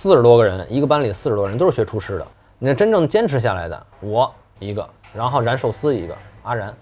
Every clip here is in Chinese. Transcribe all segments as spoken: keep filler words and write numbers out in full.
四十多个人，一个班里四十多人都是学厨师的。那真正坚持下来的，我一个，然后燃寿司一个，阿燃。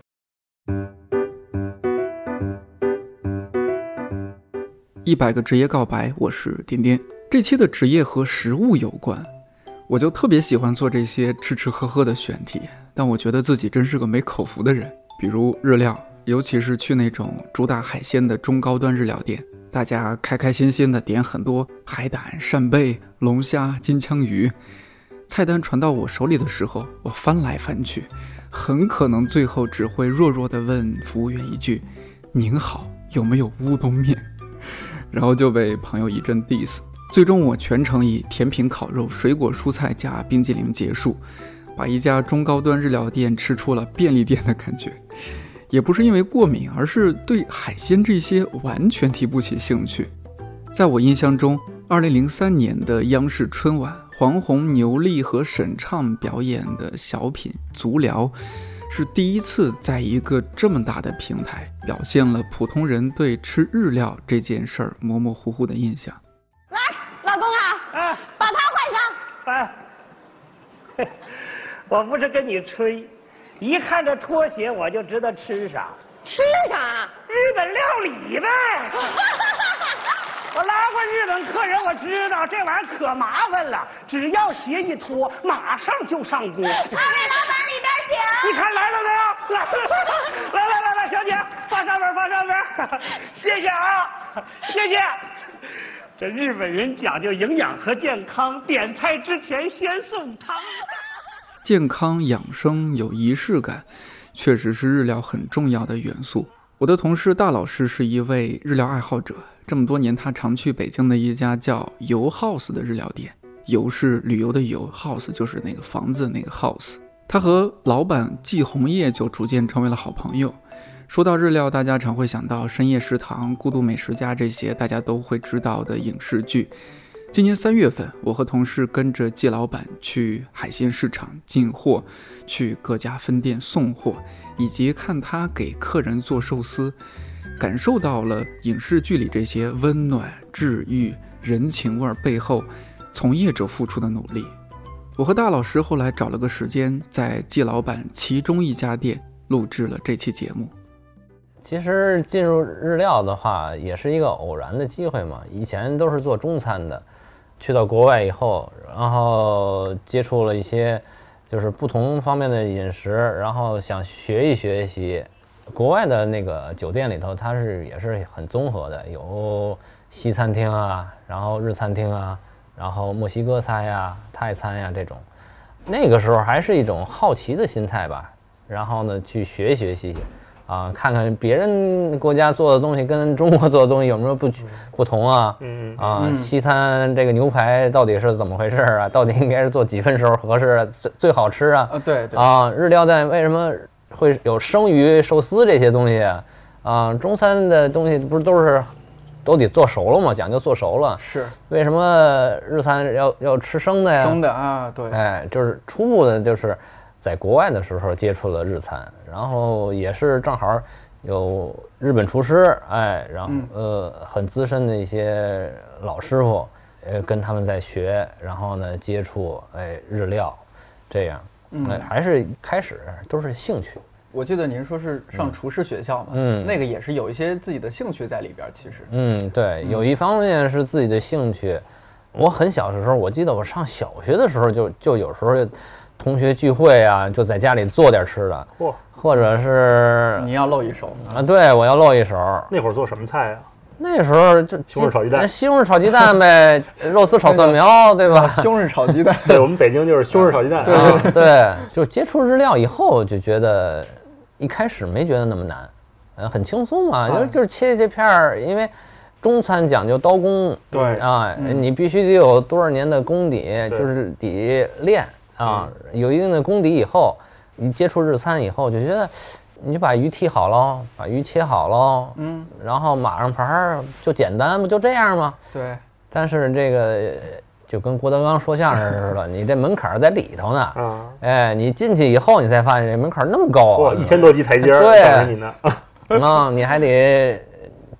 一百个职业告白，我是颠颠。这期的职业和食物有关，我就特别喜欢做这些吃吃喝喝的选题，但我觉得自己真是个没口福的人。比如日料，尤其是去那种主打海鲜的中高端日料店，大家开开心心的点很多海胆、扇贝、龙虾、金枪鱼，菜单传到我手里的时候，我翻来翻去，很可能最后只会弱弱地问服务员一句：“您好，有没有乌冬面？”然后就被朋友一阵 diss。 最终我全程以甜品、烤肉、水果、蔬菜加冰激凌结束，把一家中高端日料店吃出了便利店的感觉。也不是因为过敏，而是对海鲜这些完全提不起兴趣。在我印象中，二零零三年的央视春晚，黄宏、牛莉和沈畅表演的小品《足疗》是第一次在一个这么大的平台表现了普通人对吃日料这件事儿模模糊糊的印象。 来，老公啊，啊把它换上。 哎，我不是跟你吹，一看这拖鞋我就知道吃啥。 吃啥？ 日本料理呗。我拉过日本客人，我知道这玩意儿可麻烦了，只要鞋一脱，马上就上锅。二位老板里边请。 你看来了没有？来来来来来，小姐，放上边，放上边。谢谢啊，谢谢。这日本人讲究营养和健康，点菜之前先送汤。 健康养生有仪式感，确实是日料很重要的元素。我的同事大老师是一位日料爱好者，这么多年他常去北京的一家叫游 house 的日料店，游是旅游的游， house 就是那个房子那个 house。 他和老板季红叶就逐渐成为了好朋友。说到日料，大家常会想到深夜食堂、孤独美食家这些大家都会知道的影视剧。今年三月份，我和同事跟着季老板去海鲜市场进货，去各家分店送货，以及看他给客人做寿司，感受到了影视剧里这些温暖、治愈、人情味背后从业者付出的努力。我和大老师后来找了个时间，在季老板其中一家店录制了这期节目。 其实进入日料的话，也是一个偶然的机会嘛。以前都是做中餐的，去到国外以后，然后接触了一些就是不同方面的饮食，然后想学一学习。国外的那个酒店里头，它是也是很综合的，有西餐厅啊，然后日餐厅啊，然后墨西哥菜呀、泰餐呀这种。那个时候还是一种好奇的心态吧，然后呢去学学习。啊，看看别人国家做的东西跟中国做的东西有没有不不同啊？嗯啊，嗯西餐这个牛排到底是怎么回事啊？到底应该是做几分熟合适，最最好吃啊？ 啊，对对啊，日料店为什么会有生鱼、寿司这些东西啊？啊，中餐的东西不是都是都得做熟了吗？讲究做熟了。 是。为什么日餐要要吃生的呀？ 生的啊，对。哎， 就是初步的，就是在国外的时候接触了日餐。然后也是正好有日本厨师，哎，然后、嗯、呃很资深的一些老师傅，呃跟他们在学，然后呢接触哎日料，这样，嗯、哎还是开始都是兴趣。 我记得您说是上厨师学校嘛，嗯，那个也是有一些自己的兴趣在里边，其实， 嗯，对，有一方面是自己的兴趣。我很小的时候，我记得我上小学的时候就就有时候同学聚会啊，就在家里做点吃的。嚯！或者是你要露一手啊？对，我要露一手。 那会儿做什么菜啊？ 那时候就西红柿炒鸡蛋， 西红柿炒鸡蛋呗，肉丝炒蒜苗，对吧？ 西红柿炒鸡蛋， 对我们北京就是西红柿炒鸡蛋。 对、啊、对，就接触日料以后，就觉得一开始没觉得那么难，呃，很轻松嘛，就是就是切切片儿，因为中餐讲究刀工， 对啊，嗯、你必须得有多少年的功底，就是底练啊，嗯、有一定的功底以后。你接触日餐以后，就觉得你就把鱼剔好喽，把鱼切好喽，嗯，然后码上牌儿就简单，不就这样吗？ 对。 但是这个就跟郭德纲说相声似的，你这门槛在里头呢，啊，哎，你进去以后，你才发现这门槛那么高啊， 一千多级台阶， 对，你呢，啊，你还得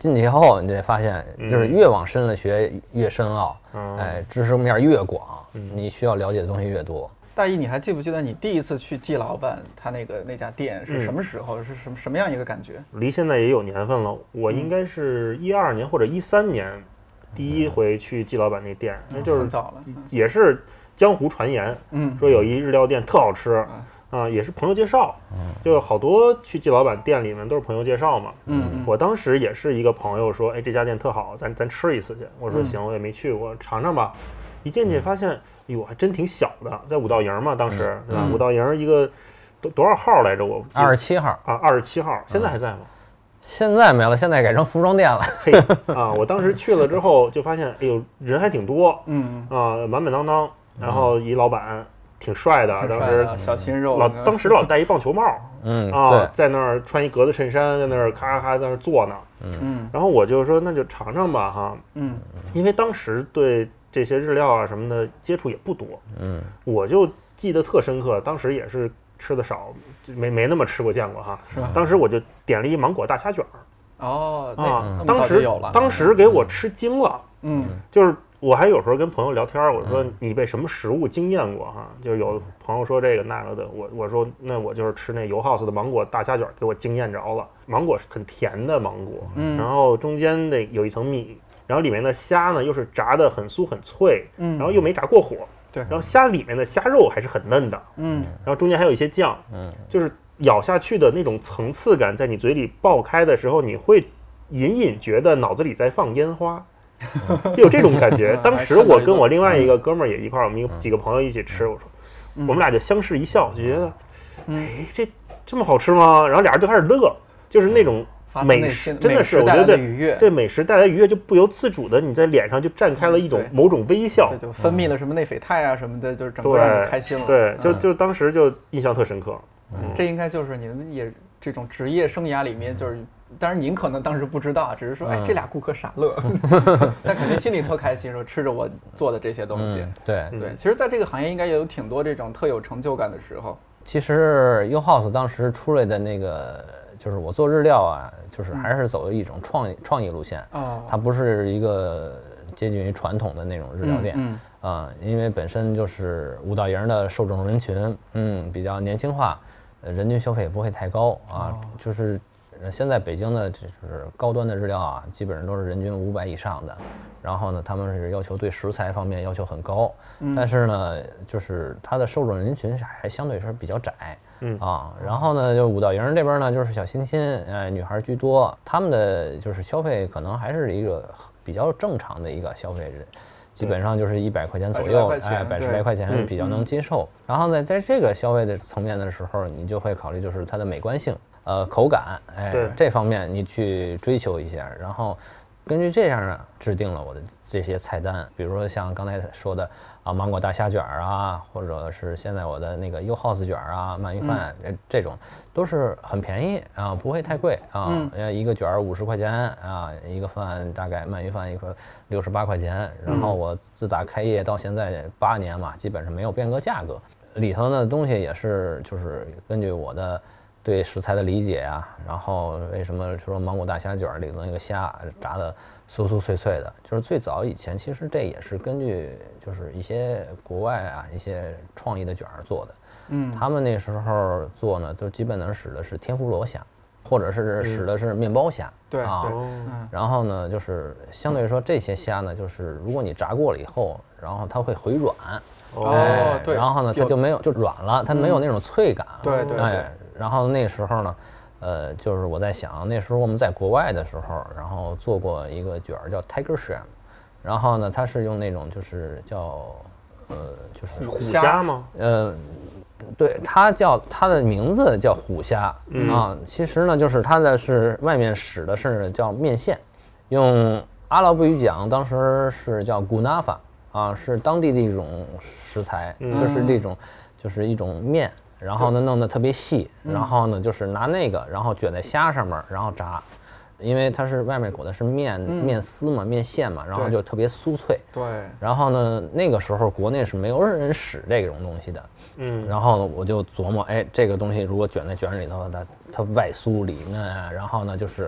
进去以后，你得发现，就是越往深了学越深奥， 嗯、 哎，知识面越广，嗯、你需要了解的东西越多。 大一，你还记不记得你第一次去季老板他那个那家店是什么时候？嗯、是什么什么样一个感觉？ 离现在也有年份了，我应该是一二年或者一三年，第一回去季老板那店，那、嗯、就是很早了， 也是江湖传言， 嗯， 说有一日料店特好吃。嗯啊，也是朋友介绍，就好多去季老板店里面都是朋友介绍嘛。 嗯， 我当时也是一个朋友说，哎，这家店特好，咱咱吃一次去。我说行，我也没去过，尝尝吧。一进去发现，哟，还真挺小的，在五道营嘛，当时对吧？五道营一个多多少号来着？我二十七号啊，二十七号，现在还在吗？ 现在没了，现在改成服装店了。 嘿啊，我当时去了之后就发现，哎呦，人还挺多， 嗯啊，满满当当，然后一老板。挺帅的，当时小鲜肉， 老当时老戴一棒球帽， 嗯啊，在那儿穿一格子衬衫，在那儿咔咔在那儿坐呢， 嗯， 然后我就说那就尝尝吧哈， 嗯， 因为当时对这些日料啊什么的接触也不多， 嗯， 我就记得特深刻，当时也是吃的少，没没那么吃过见过哈， 是吧？ 当时我就点了一芒果大虾卷儿， 哦， 啊，当时当时给我吃惊了， 嗯， 就是。我还有时候跟朋友聊天，我说你被什么食物惊艳过哈？就有朋友说这个那个的，我我说那我就是吃那油 house 的芒果大虾卷给我惊艳着了。芒果是很甜的芒果， 嗯， 然后中间那有一层米，然后里面的虾呢又是炸的很酥很脆， 嗯， 然后又没炸过火， 对， 然后虾里面的虾肉还是很嫩的， 嗯， 然后中间还有一些酱， 嗯， 就是咬下去的那种层次感，在你嘴里爆开的时候，你会隐隐觉得脑子里在放烟花。就有这种感觉。当时我跟我另外一个哥们儿也一块儿，我们几个朋友一起吃。我说，我们俩就相视一笑，就觉得，哎，这这么好吃吗？然后俩人就开始乐，就是那种美食，真的是我觉得对美食带来愉悦，就不由自主的你在脸上就绽开了一种某种微笑， 就分泌了什么内啡肽啊什么的，就是整个让你开心了。 对，就就当时就印象特深刻。 这应该就是你们也这种职业生涯里面就是。当然，您可能当时不知道，只是说，哎，这俩顾客傻乐，但肯定心里特开心，说吃着我做的这些东西。 嗯、对对，其实，在这个行业应该也有挺多这种特有成就感的时候。 其实 U House 当时出来的那个，就是我做日料啊，就是还是走一种创意、嗯、创意路线。 哦， 它不是一个接近于传统的那种日料店。 嗯啊、嗯呃，因为本身就是五道营的受众人群，嗯，比较年轻化，人均消费也不会太高啊，哦、就是。现在北京的就是高端的日料啊，基本上都是人均五百以上的。然后呢，他们是要求对食材方面要求很高， 嗯、 但是呢，就是它的受众人群还相对是比较窄， 嗯啊。然后呢，就五道营这边呢，就是小清新，哎，女孩居多，他们的就是消费可能还是一个比较正常的一个消费人。基本上就是一百块钱左右，哎，百十来块钱比较能接受。然后呢，在这个消费的层面的时候，你就会考虑就是它的美观性。呃，口感，哎，这方面你去追求一下，然后根据这样呢制定了我的这些菜单，比如说像刚才说的啊，芒果大虾卷啊，或者是现在我的那个 U House 卷啊，鳗鱼饭，嗯、这种都是很便宜啊，不会太贵啊， 嗯、 一个卷五十块钱啊，一个饭大概鳗鱼饭一个六十八块钱，然后我自打开业到现在八年嘛，基本上没有变过价格，里头的东西也是就是根据我的。对食材的理解啊，然后为什么说芒果大虾卷里头那个虾炸的酥酥脆脆的，就是最早以前其实这也是根据就是一些国外啊一些创意的卷做的， 嗯， 他们那时候做呢都基本上使的是天妇罗虾，或者是使的是面包虾， 嗯、对啊， 嗯、 然后呢就是相对来说这些虾呢就是如果你炸过了以后，然后它会回软， 哦， 哎、 对， 然后呢它就没有就软了，它没有那种脆感了， 嗯、对对对。 哎然后那时候呢，呃，就是我在想，那时候我们在国外的时候，然后做过一个卷儿叫 Tiger Shrimp， 然后呢，它是用那种就是叫，呃，就是虎虾吗？ 呃，对，它叫它的名字叫虎虾、 嗯、 啊，其实呢，就是它的是外面使的是叫面线，用阿拉伯语讲，当时是叫 Gunafa 啊，是当地的一种食材， 嗯、 就是这种就是一种面。然后呢，弄得特别细，然后呢，就是拿那个，然后卷在虾上面，然后炸，因为它是外面裹的是面、嗯、面丝嘛，面线嘛，然后就特别酥脆。 对。 然后呢，那个时候国内是没有人使这种东西的。 嗯。 然后呢，我就琢磨，哎，这个东西如果卷在卷里头，它它外酥里嫩啊，然后呢，就是，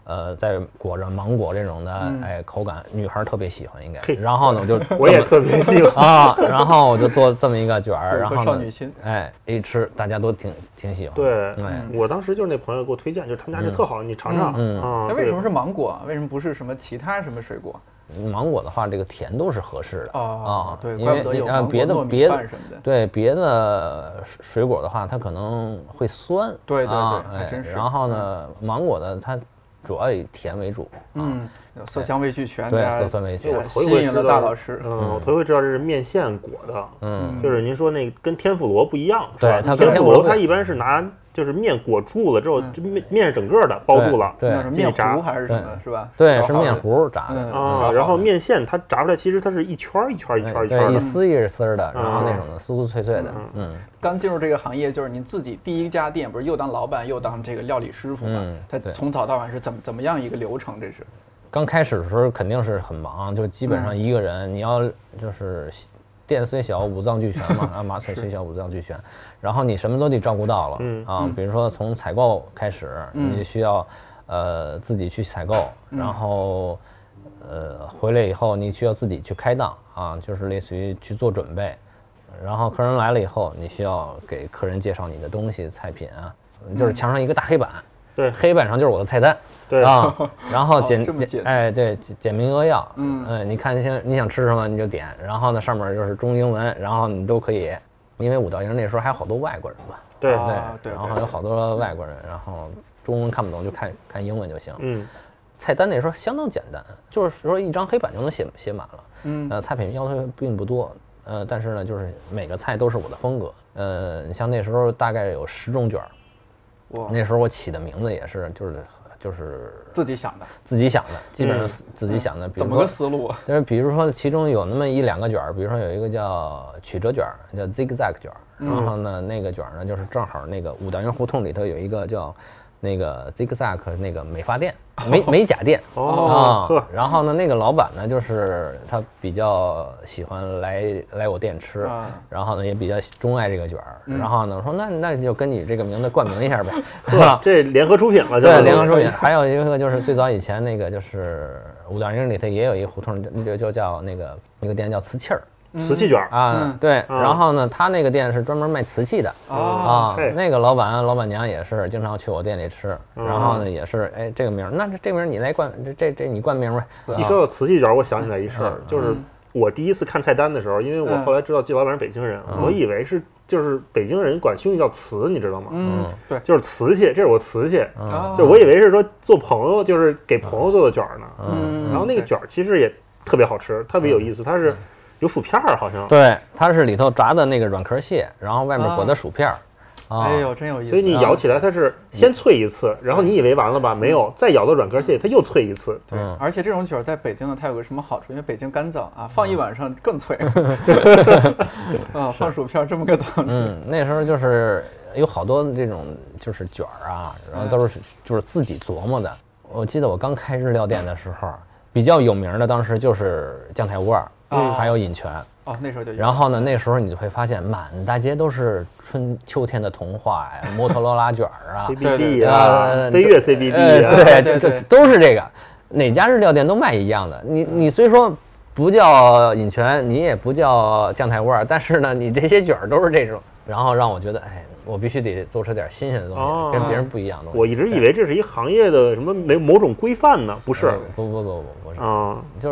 呃，再裹着芒果这种的， 嗯、 哎，口感女孩特别喜欢，应该。 嘿然后呢，我就我也特别喜欢啊，然后我就做这么一个卷儿，然后呢少女心， 哎，一吃大家都挺挺喜欢。 对， 哎， 我当时就是那朋友给我推荐，就是他们家这特好，你尝尝。 嗯啊， 那为什么是芒果？为什么不是什么其他什么水果？ 芒果的话，这个甜度是合适的啊，对， 因为啊别的别的什么的， 对别的水果的话，它可能会酸， 对对对， 还真是。 然后呢，芒果的它主要以甜为主， 嗯，色香味俱全， 对，色酸味俱全， 吸引了大老师。 嗯，我头一回知道这是面线裹的， 嗯， 就是您说那跟天妇罗不一样， 对，它天妇罗它一般是拿。就是面裹住了之后，就面面是整个的包住了， 对， 面糊还是什么，是吧？ 对，是面糊炸的啊。然后面线它炸出来，其实它是一圈一圈一圈一圈的， 一丝一丝的，然后那种的酥酥脆脆的。嗯， 刚进入这个行业，就是您自己第一家店，不是又当老板又当这个料理师傅嘛？他从早到晚是怎么怎么样一个流程？这是刚开始的时候肯定是很忙，就基本上一个人，你要就是。店虽小，五脏俱全嘛，啊，马腿虽小，五脏俱全。然后你什么都得照顾到了， 嗯啊，比如说从采购开始， 嗯、 你就需要呃自己去采购，嗯、然后呃回来以后你需要自己去开档啊，就是类似于去做准备。然后客人来了以后，你需要给客人介绍你的东西菜品啊，就是墙上一个大黑板， 对， 黑板上就是我的菜单。 对啊，然后简简哎对简明扼要， 嗯嗯，你看想你想吃什么你就点，然后呢上面就是中英文，然后你都可以，因为五道营那时候还有好多外国人嘛， 对对，然后有好多外国人，然后中文看不懂就看看英文就行， 嗯， 菜单那时候相当简单，就是说一张黑板就能写写满了， 嗯， 呃菜品要求并不多，呃但是呢就是每个菜都是我的风格，呃你像那时候大概有十种卷儿， 哇， 那时候我起的名字也是就是。就是自己想的， 自己想的，基本上自己想的。 怎么个思路？ 就是比如说，其中有那么一两个卷儿，比如说有一个叫曲折卷儿，叫 zigzag 卷儿。然后呢，那个卷儿呢，就是正好那个五道营胡同里头有一个叫那个 zigzag 那个美发店、美美甲店啊。 然后呢，那个老板呢，就是他比较喜欢来来我店吃，然后呢也比较钟爱这个卷儿。然后呢，我说那那就跟你这个名字冠名一下呗。 这联合出品了， 对，联合出品。还有一个就是最早以前那个就是五道营里头也有一个胡同，那就就叫那个那个店叫瓷器儿。 瓷器卷啊，对，然后呢，他那个店是专门卖瓷器的啊，那个老板老板娘也是经常去我店里吃，然后呢也是哎这个名，那这这名你来冠，这这这你冠名呗。 一说到瓷器卷，我想起来一事儿，就是我第一次看菜单的时候，因为我后来知道季老板是北京人，我以为是就是北京人管兄弟叫瓷，你知道吗？ 嗯，对， 就是瓷器，这是我瓷器，就我以为是说做朋友，就是给朋友做的卷呢。 嗯， 然后那个卷其实也特别好吃，特别有意思，它是。有薯片儿，好像对，它是里头炸的那个软壳蟹，然后外面裹的薯片儿。 啊、哎呦，真有意思！ 所以你咬起来，它是先脆一次，然后你以为完了吧？没有，再咬到软壳蟹，它又脆一次。 对，而且这种卷在北京呢，它有个什么好处？因为北京干燥啊，放一晚上更脆。啊，放薯片这么个道理。 嗯，那时候就是有好多这种就是卷儿啊，然后都是就是自己琢磨的。我记得我刚开日料店的时候，比较有名的当时就是酱菜窝儿。嗯，还有饮泉哦，那时候就有。 然后呢，那时候你就会发现，满大街都是春秋天的童话呀，摩托罗拉卷儿啊 ，C B D 啊，飞跃 C B D 啊， 对，就就都是这个，哪家日料店都卖一样的。你你虽说不叫饮泉，你也不叫酱菜窝，但是呢，你这些卷儿都是这种，然后让我觉得，哎，我必须得做出点新鲜的东西，哦、跟别人不一样的东西。 我一直以为这是一行业的什么某某种规范呢，不是？ 不不不不不是啊， 就是。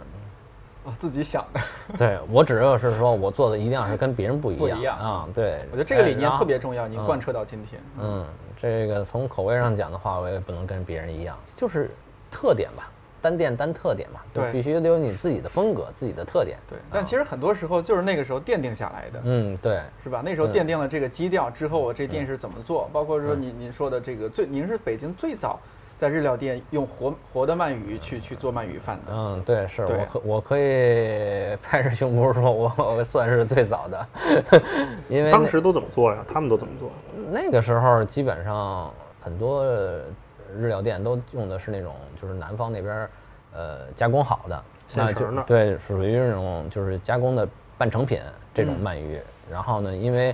啊，自己想的。 对，我只要是说我做的一定要是跟别人不一样。 不一样啊，对。 我觉得这个理念特别重要，你贯彻到今天。 嗯，这个从口味上讲的话，我也不能跟别人一样，就是特点吧，单店单特点嘛， 对， 必须得有你自己的风格、自己的特点。 对，但其实很多时候就是那个时候奠定下来的。 嗯，对， 是吧？那时候奠定了这个基调之后，我这店是怎么做？包括说您您说的这个最，您是北京最早。在日料店用活活的鳗鱼去去做鳗鱼饭的， 嗯，对，是我可我可以拍着胸脯说我，我算是最早的，因为当时都怎么做呀？他们都怎么做？ 那个时候基本上很多日料店都用的是那种就是南方那边呃加工好的， 现成的， 对，属于那种就是加工的半成品这种鳗鱼。嗯、然后呢，因为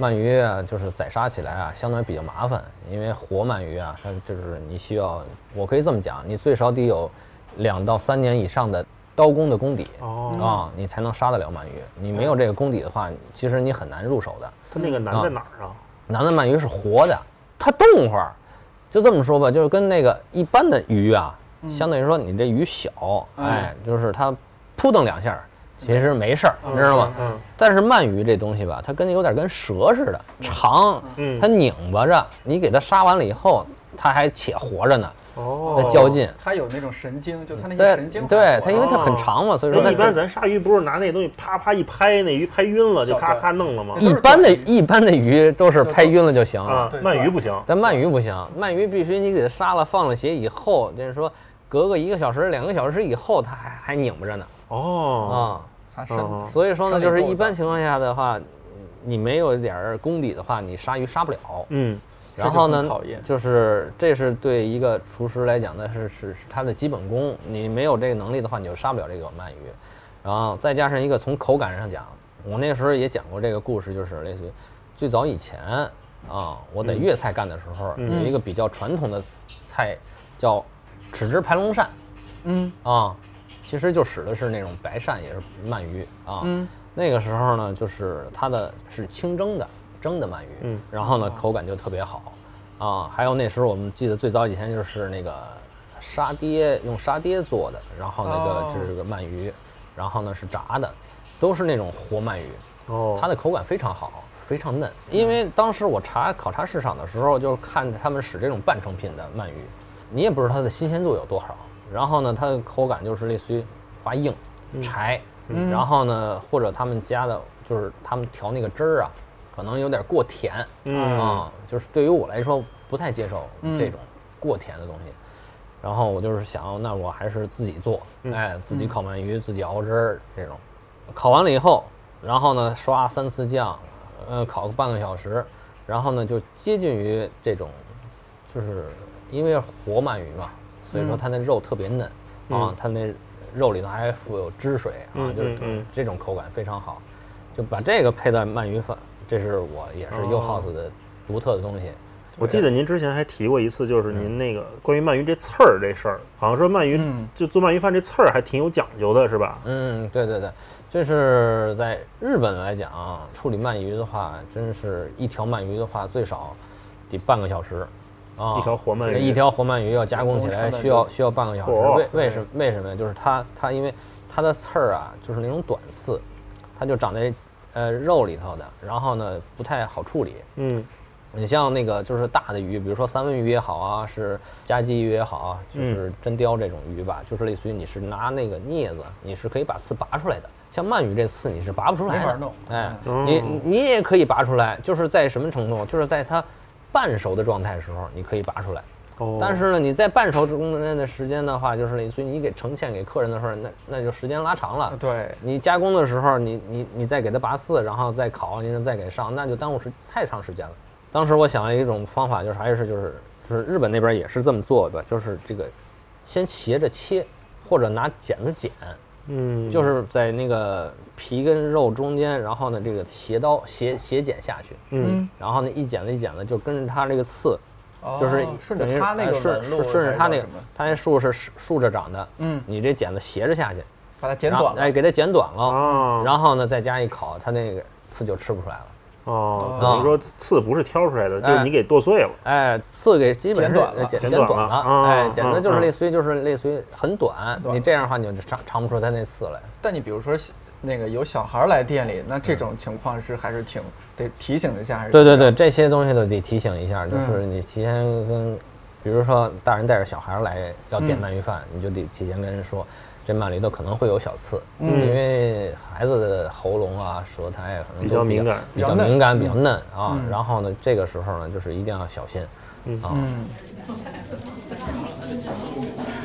鳗鱼啊，就是宰杀起来啊，相对比较麻烦，因为活鳗鱼啊，它就是你需要，我可以这么讲，你最少得有两到三年以上的刀工的功底哦啊，你才能杀得了鳗鱼。你没有这个功底的话，其实你很难入手的。 它那个难在哪儿啊？ 难的鳗鱼是活的，它动会儿，就这么说吧，就是跟那个一般的鱼啊，相当于说你这鱼小，哎，就是它扑腾两下。其实没事儿，你知道吗？嗯。但是鳗鱼这东西吧，它跟有点跟蛇似的，长，它拧巴着。你给它杀完了以后，它还且活着呢。哦。在较劲。 它有那种神经，就它那些神经。 对，它因为它很长嘛，所以说。 一般咱杀鱼不是拿那东西啪啪一拍，那鱼拍晕了就咔咔弄了吗？ 一般的一般的鱼都是拍晕了就行了。 鳗鱼不行。 但鳗鱼不行，鳗鱼必须你给它杀了放了血以后，就是说隔个一个小时、两个小时以后，它还还拧巴着呢。 哦。 啊。所以说呢，就是一般情况下的话，你没有一点功底的话，你杀鱼杀不了。 嗯， 然后呢，就是这是对一个厨师来讲的是是是他的基本功，你没有这个能力的话，你就杀不了这个鳗鱼。然后再加上一个从口感上讲，我那时候也讲过这个故事，就是类似于最早以前啊，我在粤菜干的时候，有一个比较传统的菜叫豉汁排龙鳝。嗯啊。其实就使的是那种白鳝，也是鳗鱼啊。嗯，那个时候呢，就是它的是清蒸的，蒸的鳗鱼。嗯，然后呢，口感就特别好啊。还有那时候我们记得最早以前就是那个沙爹，用沙爹做的，然后那个就是个鳗鱼，然后呢是炸的，都是那种活鳗鱼。哦，它的口感非常好，非常嫩。因为当时我查考察市场的时候，就看他们使这种半成品的鳗鱼，你也不知道它的新鲜度有多少。然后呢，它的口感就是类似于发硬、柴，嗯、然后呢，或者他们加的就是他们调那个汁儿啊，可能有点过甜，嗯啊，就是对于我来说不太接受这种过甜的东西。嗯、然后我就是想，那我还是自己做，嗯、哎，自己烤鳗鱼，自己熬汁儿这种。烤完了以后，然后呢刷三次酱，呃，烤个半个小时，然后呢就接近于这种，就是因为活鳗鱼嘛。所以说它那肉特别嫩、嗯、啊，它那肉里头还附有汁水啊，嗯、就是这种口感非常好，就把这个配到鳗鱼饭，这是我也是 YoHouse 的独特的东西。 我记得您之前还提过一次，就是您那个关于鳗鱼这刺儿这事儿，好像说鳗鱼、嗯、就做鳗鱼饭这刺儿还挺有讲究的，是吧？ 嗯，对对对，就是在日本来讲，处理鳗鱼的话，真是一条鳗鱼的话最少得半个小时。 啊，一条活鳗鱼， 一条活鳗鱼要加工起来需要需要半个小时。为为什么为什么？就是它它因为它的刺儿啊，就是那种短刺，它就长在呃肉里头的，然后呢不太好处理。嗯，你像那个就是大的鱼，比如说三文鱼也好啊，是夹鲫鱼也好啊，就是真鲷这种鱼吧，就是类似于你是拿那个镊子，你是可以把刺拔出来的。像鳗鱼这刺你是拔不出来的， 没法弄。 哎，你你也可以拔出来，就是在什么程度？就是在它半熟的状态的时候，你可以拔出来。哦。但是呢，你在半熟中间的时间的话，就是类似于你给呈现给客人的时候，那那就时间拉长了。 对。 你加工的时候，你你你再给它拔刺，然后再烤，你再给上，那就耽误时太长时间了。当时我想了一种方法，就是还是就是就是日本那边也是这么做的，就是这个先斜着切，或者拿剪子剪。嗯。就是在那个皮跟肉中间，然后呢，这个斜刀斜斜剪下去，嗯，然后呢，一剪子一剪子就跟着它这个刺， 哦、 就是顺着它那个顺顺着它那个，它那树是竖着长的，嗯，你这剪子斜着下去， 把它剪短了， 哎，给它剪短了，哦，然后呢再加一烤，它那个刺就吃不出来了。 哦，等于说刺不是挑出来的，就是你给剁碎了。 哎，刺给基本上剪剪短了，哎，剪的就是类似于就是类似于很短，你这样的话你就尝尝不出它那刺来。 但你比如说那个有小孩来店里，那这种情况是还是挺得提醒一下，还是？ 对对对，这些东西都得提醒一下，就是你提前跟，比如说大人带着小孩来要点鳗鱼饭，你就得提前跟人说。这鳗里头可能会有小刺，嗯，因为孩子的喉咙啊、舌苔啊，可能比较敏感， 比较敏感、比较嫩啊。然后呢，这个时候呢，就是一定要小心，啊。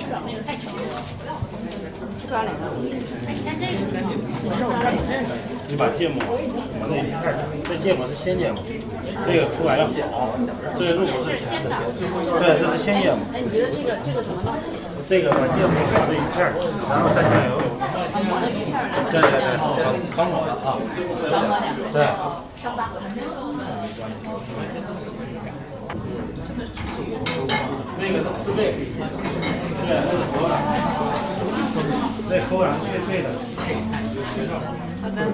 你把芥末往那一片，这芥末是鲜芥末，这个口感要好，这个入口是甜的，对，这是鲜芥末。哎，你觉得这个这个怎么弄？这个把芥末放这一片，然后蘸酱油。对对对，生火的啊，对。生的。那个是四倍，对，那是活的，那口感脆脆的。好的。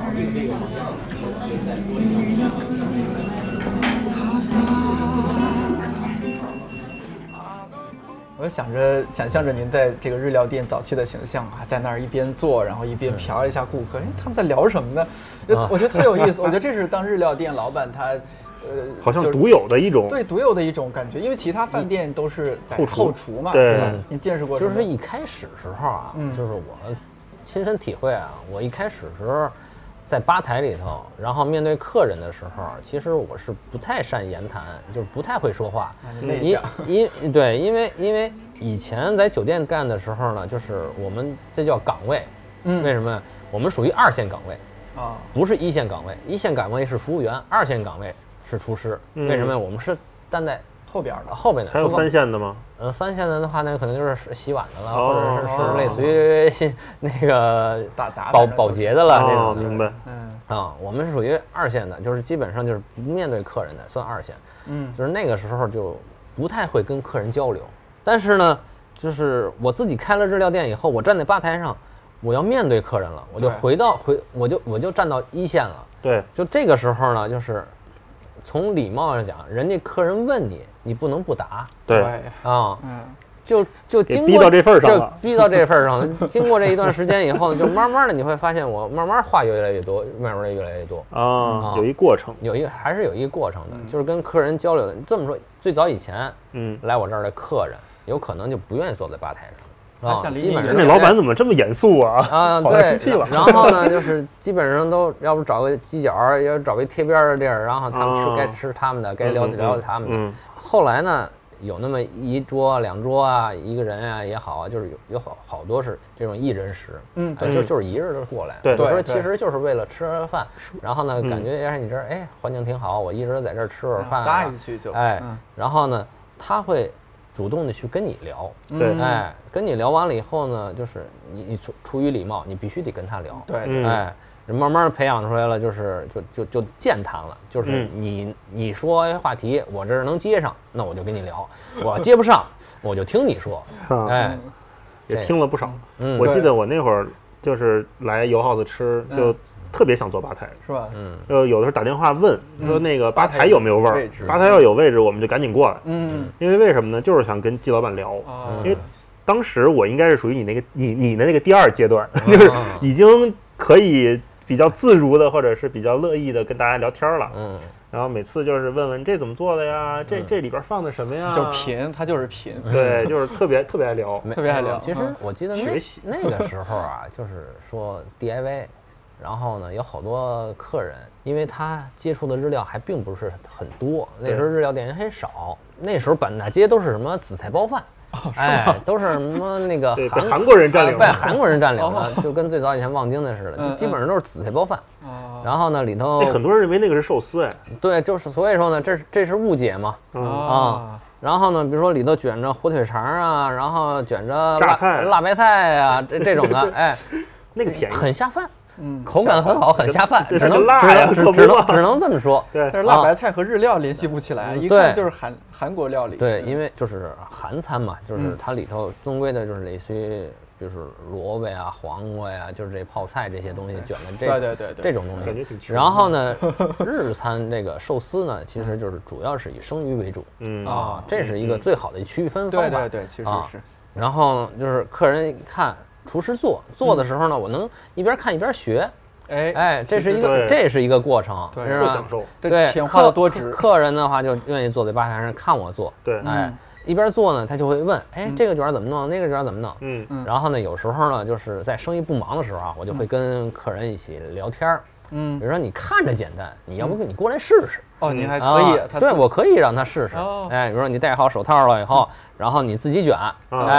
我想着想象着您在这个日料店早期的形象啊，在那儿一边做，然后一边瞟一下顾客，哎，他们在聊什么呢？我觉得特有意思。我觉得这是当日料店老板他。呃， 好像独有的一种， 对，独有的一种感觉，因为其他饭店都是后厨后厨嘛， 对， 你见识过？ 就是一开始时候啊，嗯、就是我亲身体会啊，我一开始时候在吧台里头，然后面对客人的时候，其实我是不太善言谈，就是不太会说话， 内向。 因因对，因为因为以前在酒店干的时候呢，就是我们这叫岗位，嗯，为什么？我们属于二线岗位啊，不是一线岗位，一线岗位是服务员，二线岗位。是厨师，为什么我们是站在后边的， 后边的。 还有三线的吗？ 呃，三线的的话呢，可能就是洗碗的了，哦、或者是是类似于那个打杂保保洁的了这种。 哦，明白。 嗯啊，我们是属于二线的，就是基本上就是不面对客人的，算二线。嗯，就是那个时候就不太会跟客人交流。但是呢，就是我自己开了日料店以后，我站在吧台上，我要面对客人了，我就回到回，我就我就站到一线了。 对， 就这个时候呢，就是。从礼貌上讲，人家客人问你，你不能不答。 对啊，嗯，就就经过逼到这份上了， 逼到这份上了。经过这一段时间以后，就慢慢的你会发现，我慢慢话越来越多，慢慢的越来越多啊，有一过程， 有一个还是有一个过程的，就是跟客人交流的。这么说，最早以前，嗯，来我这儿的客人，有可能就不愿意坐在吧台上。啊，基本上那老板怎么这么严肃啊？ 啊，对，生气了。然后呢，就是基本上都要不找个犄角，要找个贴边的地儿，然后他们吃该吃他们的，该聊聊他们的。后来呢，有那么一桌、两桌啊，一个人啊也好啊，就是有有好好多是这种一人食，嗯，就就是一日都过来。 对， 有时候其实就是为了吃饭，然后呢，感觉哎你这儿哎环境挺好，我一直在这儿吃会儿饭， 搭一句就哎，然后呢，他会。主动的去跟你聊， 对， 哎，跟你聊完了以后呢，就是你你出出于礼貌，你必须得跟他聊， 对， 嗯、 哎，慢慢培养出来了，就是就就就健谈了，就是你、嗯、你说话题，我这儿能接上，那我就跟你聊；我接不上，我就听你说，哎， 也听了不少。嗯，我记得我那会儿就是来油 house 吃，就。特别想坐吧台， 是吧？ 嗯，呃，有的时候打电话问说那个吧台有没有位儿，吧台要有位置，我们就赶紧过来。嗯，因为为什么呢？就是想跟季老板聊，因为当时我应该是属于你那个你你的那个第二阶段，就是已经可以比较自如的或者是比较乐意的跟大家聊天了。嗯，然后每次就是问问这怎么做的呀？这这里边放的什么呀？ 就是贫，他就是贫， 对，就是特别特别爱聊， 特别爱聊。 其实我记得那那个时候啊，就是说 D I Y。然后呢，有好多客人，因为他接触的日料还并不是很多，那时候日料店人很少。那时候满大街都是什么紫菜包饭，哦、哎，都是什么那个韩韩国人占领， 被韩国人占领的，就跟最早以前望京的似的，就基本上都是紫菜包饭。哦、然后呢，里头很多人认为那个是寿司，哎， 对，就是所以说呢，这这是误解嘛，啊、哦。然后呢，比如说里头卷着火腿肠啊，然后卷着榨菜、 辣白菜啊，这这种的，哎， 那个便宜， 很下饭。嗯，口感很好，很下饭，只能辣呀， 只能只能只能这么说。 对， 但是辣白菜和日料联系不起来，一看就是韩韩国料理。 对，因为就是韩餐嘛，就是它里头终归的就是类似于就是萝卜呀、黄瓜呀，就是这泡菜这些东西卷的这对对对这种东西。然后呢，日餐这个寿司呢，其实就是主要是以生鱼为主。嗯啊，这是一个最好的区域分方法。 对对对，其实是。 然后就是客人看。厨师做做的时候呢，我能一边看一边学，哎哎，这是一个这是一个过程， 是吧？享受， 对， 钱花的多值。 客人的话就愿意坐在吧台上看我做， 对， 哎，一边做呢，他就会问，哎，这个卷怎么弄，那个卷怎么弄，嗯嗯。然后呢，有时候呢，就是在生意不忙的时候啊，我就会跟客人一起聊天，嗯，比如说你看着简单，你要不你过来试试。 哦，你还可以， 对，我可以让他试试，哎，比如说你戴好手套了以后，然后你自己卷，哎。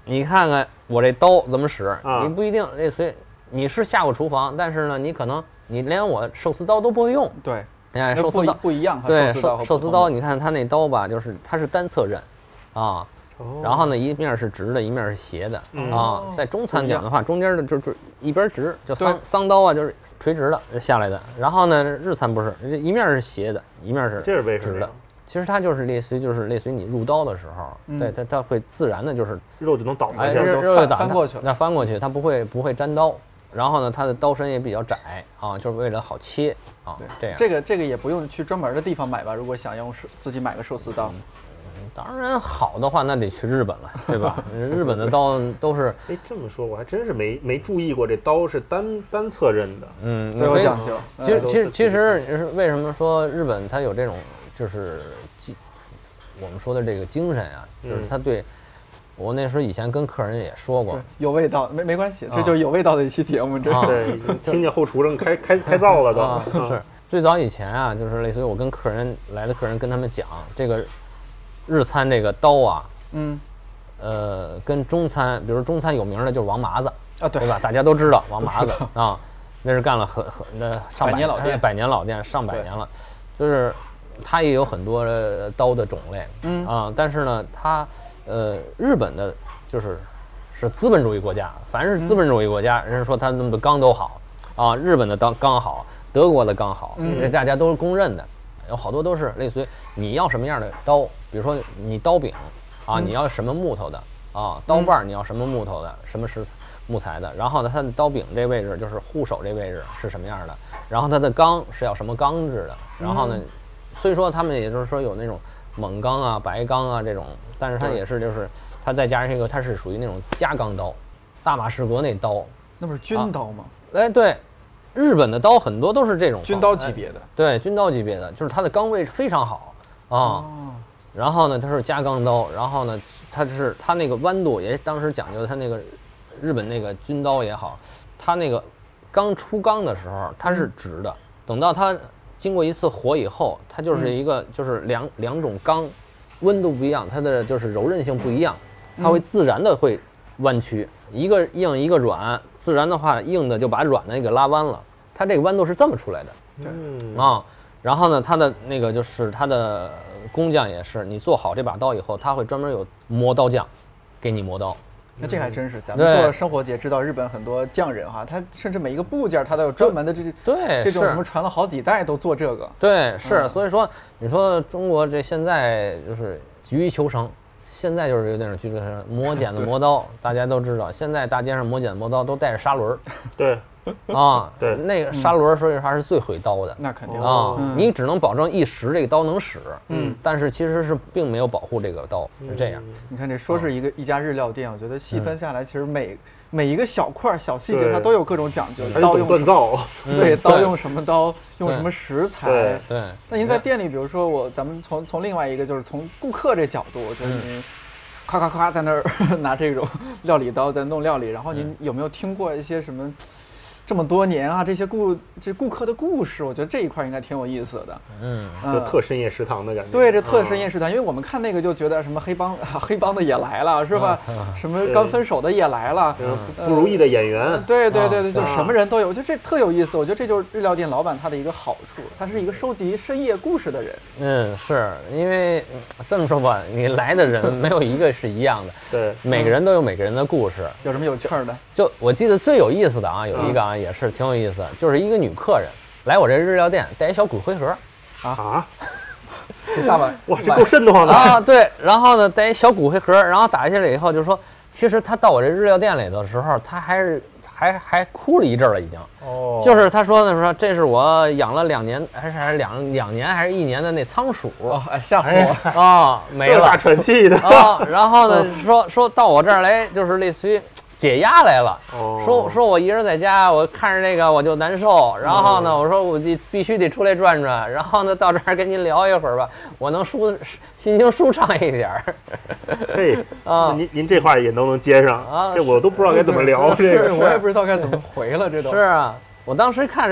你看看我这刀怎么使， 啊、 你不一定类似于你是下过厨房，但是呢，你可能你连我寿司刀都不会用。 对， 你看寿司刀不一样， 对寿寿司刀，你看它那刀吧，就是它是单侧刃，啊。哦、然后呢，一面是直的，一面是斜的、嗯、啊。在中餐讲的话，中间的就就一边直，就桑桑刀啊，就是垂直的下来的。然后呢，日餐不是，一面是斜的，一面是直的。其实它就是类似于就是类似于你入刀的时候，嗯、对它它会自然的就是肉就能倒哎， 下， 肉就倒翻过去， 那翻过去它不会不会沾刀。然后呢，它的刀身也比较窄啊，就是为了好切啊。这样这个这个也不用去专门的地方买吧？如果想用自己买个寿司刀。嗯当然好的话，那得去日本了，对吧？日本的刀都是…… 哎，这么说我还真是没没注意过，这刀是单单侧刃的。 嗯， 没有讲究。 其实其实其实为什么说日本它有这种就是我们说的这个精神啊，就是他对我那时候以前跟客人也说过， 有味道没没关系，这就是有味道的一期节目。这对，听见后厨正开开开灶了都。 啊、是最早以前啊，就是类似于我跟客人来的客人跟他们讲这个。日餐这个刀啊， 嗯， 呃，跟中餐，比如中餐有名的就是王麻子啊，对对吧？大家都知道王麻子啊，那是干了很很那上百年老店， 百年老店上百年了，就是它也有很多刀的种类， 嗯啊，但是呢，它呃日本的就是是资本主义国家，凡是资本主义国家，嗯、人家说他们的钢都好啊，日本的钢钢好，德国的钢好， 嗯、 这大家都是公认的。有好多都是类似于你要什么样的刀，比如说你刀柄啊，你要什么木头的啊，刀把你要什么木头的，什么石木材的，然后呢，它的刀柄这位置就是护手这位置是什么样的，然后它的钢是要什么钢制的，然后呢，虽说他们也就是说有那种锰钢啊、白钢啊这种，但是它也是就是它再加上一个它是属于那种加钢刀，大马士革那刀， 那不是军刀吗？ 啊、哎，对。日本的刀很多都是这种军刀级别的， 对，军刀级别的，就是它的钢位非常好啊。 哦、 然后呢，它是加钢刀，然后呢，它是它那个弯度也当时讲究，它那个日本那个军刀也好，它那个刚出钢的时候它是直的，等到它经过一次火以后，它就是一个、嗯、就是两两种钢温度不一样，它的就是柔韧性不一样，它会自然的会弯曲，嗯、一个硬一个软，自然的话硬的就把软的给拉弯了。它这个弯度是这么出来的， 嗯啊，然后呢，它的那个就是它的工匠也是，你做好这把刀以后，他会专门有磨刀匠，给你磨刀。 那这还真是，咱们做生活节知道日本很多匠人哈，他甚至每一个部件他都有专门的这对这种什么传了好几代都做这个。 对，是，嗯、所以说你说中国这现在就是急于求成。现在就是有点就是磨剪子磨刀，大家都知道，现在大街上磨剪子磨刀都带着砂轮。 对， 啊， 对， 那个砂轮说实话是最毁刀的。 那肯定啊， 嗯、 你只能保证一时这个刀能使， 嗯， 但是其实是并没有保护这个刀，是这样。 你看这说是一个一家日料店，我觉得细分下来，其实每每一个小块小细节它都有各种讲究。刀用锻造， 对，刀用什么刀，用什么食材。 对。 那您在店里，比如说我，咱们从从另外一个就是从顾客这角度，我觉得您夸夸夸在那儿拿这种料理刀在弄料理，然后您有没有听过一些什么？这么多年啊，这些顾这顾客的故事，我觉得这一块应该挺有意思的。 嗯， 就特深夜食堂的感觉。 对，这特深夜食堂，因为我们看那个就觉得什么黑帮黑帮的也来了，是吧？什么刚分手的也来了， 不如意的演员。 对对对对，就什么人都有，就这特有意思。我觉得这就是日料店老板他的一个好处，他是一个收集深夜故事的人。 嗯，是因为这么说吧，你来的人没有一个是一样的， 对， 每个人都有每个人的故事。 有什么有趣的？ 就我记得最有意思的啊，有一个啊。也是挺有意思的，就是一个女客人来我这日料店，带一小骨灰盒， 啊， 大碗， 哇，这够瘆得慌的啊！对，然后呢，带一小骨灰盒，然后打下来以后，就说，其实她到我这日料店里的时候，她还是还还哭了一阵了，已经。 哦， 就是她说呢，说这是我养了两年，还是还是两两年还是一年的那仓鼠， 哦，哎，吓死我啊，没了， 大喘气的啊。然后呢，说说到我这儿来，就是类似于。解压来了， 哦、 说说我一人在家，我看着这个我就难受。然后呢，哦、我说我必须得出来转转。然后呢，到这儿跟您聊一会儿吧，我能舒心情舒畅一点儿。 嘿，啊，您您这话也都能接上啊？这我都不知道该怎么聊，这个我也不知道该怎么回了，这都是啊。我当时看着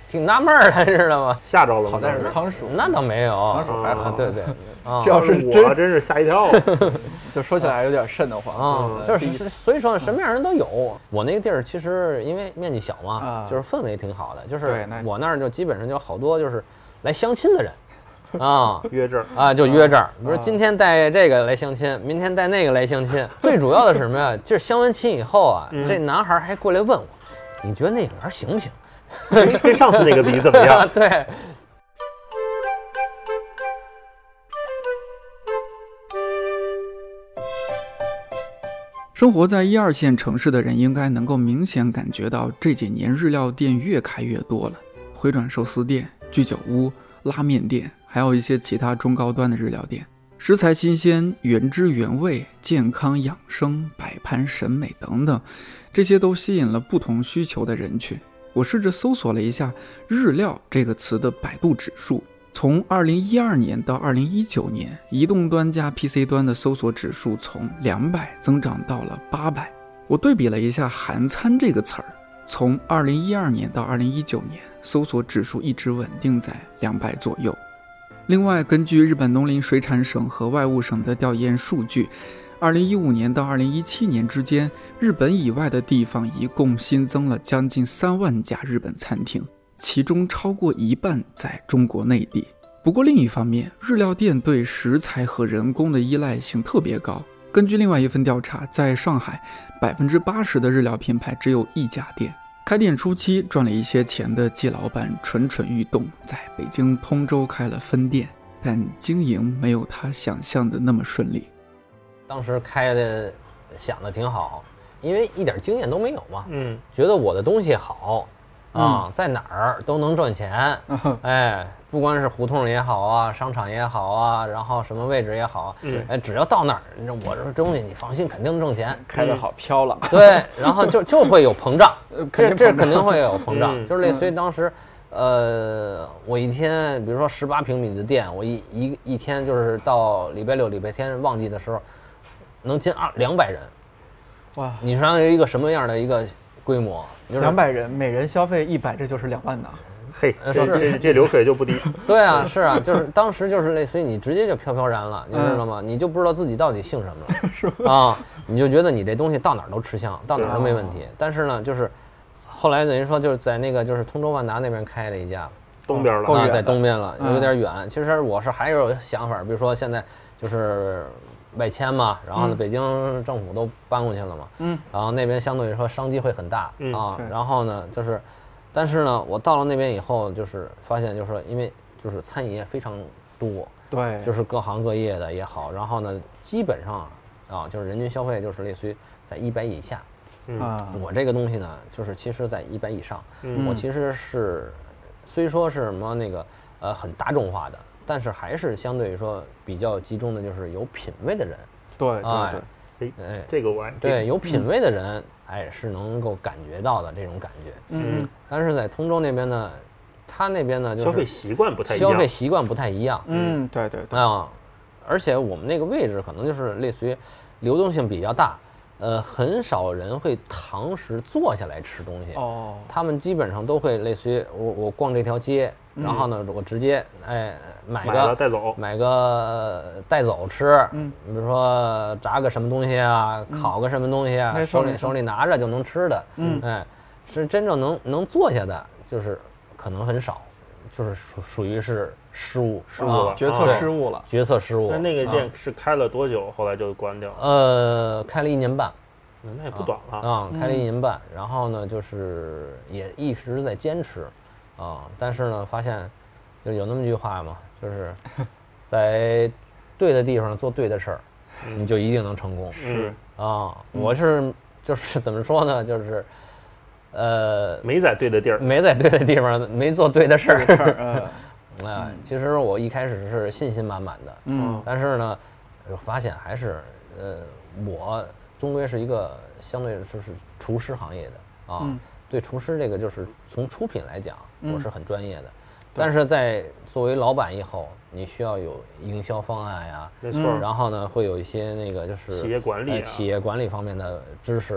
挺纳闷儿的，知道吗？ 吓着了吗？ 好在是仓鼠， 那倒没有， 仓鼠还好， 对对。啊， 这要是我真是吓一跳， 就说起来有点瘆得慌啊。就是所以说什么样人都有。我那个地儿其实因为面积小嘛，就是氛围挺好的。就是我那儿就基本上就好多就是来相亲的人，啊， 约这儿啊，就约这儿。比如今天带这个来相亲，明天带那个来相亲。最主要的是什么呀？就是相完亲以后啊，这男孩还过来问我，你觉得那女孩行不行？ 跟上次那个比怎么样？ 对。 生活在一二线城市的人应该能够明显感觉到，这几年日料店越开越多了。回转寿司店、居酒屋、拉面店，还有一些其他中高端的日料店，食材新鲜、原汁原味、健康养生、摆盘审美等等，这些都吸引了不同需求的人群。我试着搜索了一下日料这个词的百度指数，从二零一二年到二零一九年，移动端加 P C 端的搜索指数从两百增长到了八百。我对比了一下韩餐这个词儿，从二零一二年到二零一九年，搜索指数一直稳定在两百左右。另外，根据日本农林水产省和外务省的调研数据，二零一五年到二零一七年之间，日本以外的地方一共新增了将近三万家日本餐厅，其中超过一半在中国内地。不过另一方面，日料店对食材和人工的依赖性特别高。根据另外一份调查，在上海 百分之八十 的日料品牌只有一家店。开店初期赚了一些钱的季老板蠢蠢欲动，在北京通州开了分店，但经营没有他想象的那么顺利。 当时开的想的挺好，因为一点经验都没有嘛， 嗯， 觉得我的东西好啊、嗯，在哪儿都能赚钱，嗯、哎，不管是胡同也好啊，商场也好啊，然后什么位置也好，嗯，哎，只要到那儿，我这东西你放心，肯定挣钱， 开得好飘了， 对，然后就就会有膨胀，这这肯定会有膨胀，嗯、就是类似于当时。呃，我一天，比如说十八平米的店，我一一一天就是到礼拜六、礼拜天旺季的时候，能进二两百人， 哇！ 你说一个什么样的一个规模？ 两、就是、百人，每人消费一百，这就是两万呢。 嘿，这这这流水就不低。 对啊，是啊，就是当时就是类似于你直接就飘飘然了，你知道吗？嗯、你就不知道自己到底姓什么了， 是吧？啊，你就觉得你这东西到哪儿都吃香，到哪儿都没问题。但是呢，就是。后来等于说就是在那个就是通州万达那边开了一家， 东边了啊，在东边了，有点远。嗯、其实我是还有想法，比如说现在就是外迁嘛，然后呢，北京政府都搬过去了嘛，嗯，然后那边相对来说商机会很大、嗯、啊。然后呢，就是，但是呢，我到了那边以后，就是发现就是说，因为就是餐饮业非常多， 对， 就是各行各业的也好，然后呢，基本上啊，就是人均消费就是类似于在一百以下。 嗯， 我这个东西呢，就是其实在一百以上，嗯、我其实是虽说是什么那个呃很大众化的，但是还是相对于说比较集中的，就是有品位的人。 对对对， 哎哎，这个我爱。 对，有品位的人，哎是能够感觉到的这种感觉。嗯，但是在通州那边呢，他那边呢就是消费习惯不太一样， 消费习惯不太一样。 嗯，对对对啊，而且我们那个位置可能就是类似于流动性比较大。呃，很少人会堂食坐下来吃东西哦，他们基本上都会类似于我我逛这条街，嗯、然后呢，我直接哎买个买带走， 买个带走吃，嗯，比如说炸个什么东西啊，嗯、烤个什么东西啊，手里手里拿着就能吃的，嗯，哎，是真正能能坐下的，就是可能很少，就是属属于是失误失误了， 决策失误了， 决策失误。 那那个店是开了多久？后来就关掉了？ 呃，开了一年半。 那也不短了啊、嗯，开了一年半，然后呢，就是也一直在坚持，啊，但是呢，发现就有那么句话嘛，就是在对的地方做对的事儿，你就一定能成功。 是啊，我是就是怎么说呢，就是呃， 没在对的地儿， 没在对的地方，没做对的事儿。嗯，啊，其实我一开始是信心满满的，嗯，但是呢，我发现还是呃我。终归是一个相对就是厨师行业的啊，嗯、对厨师这个就是从出品来讲，嗯、我是很专业的，但是在作为老板以后，你需要有营销方案呀， 没错， 然后呢会有一些那个就是企业管理、啊呃、企业管理方面的知识啊，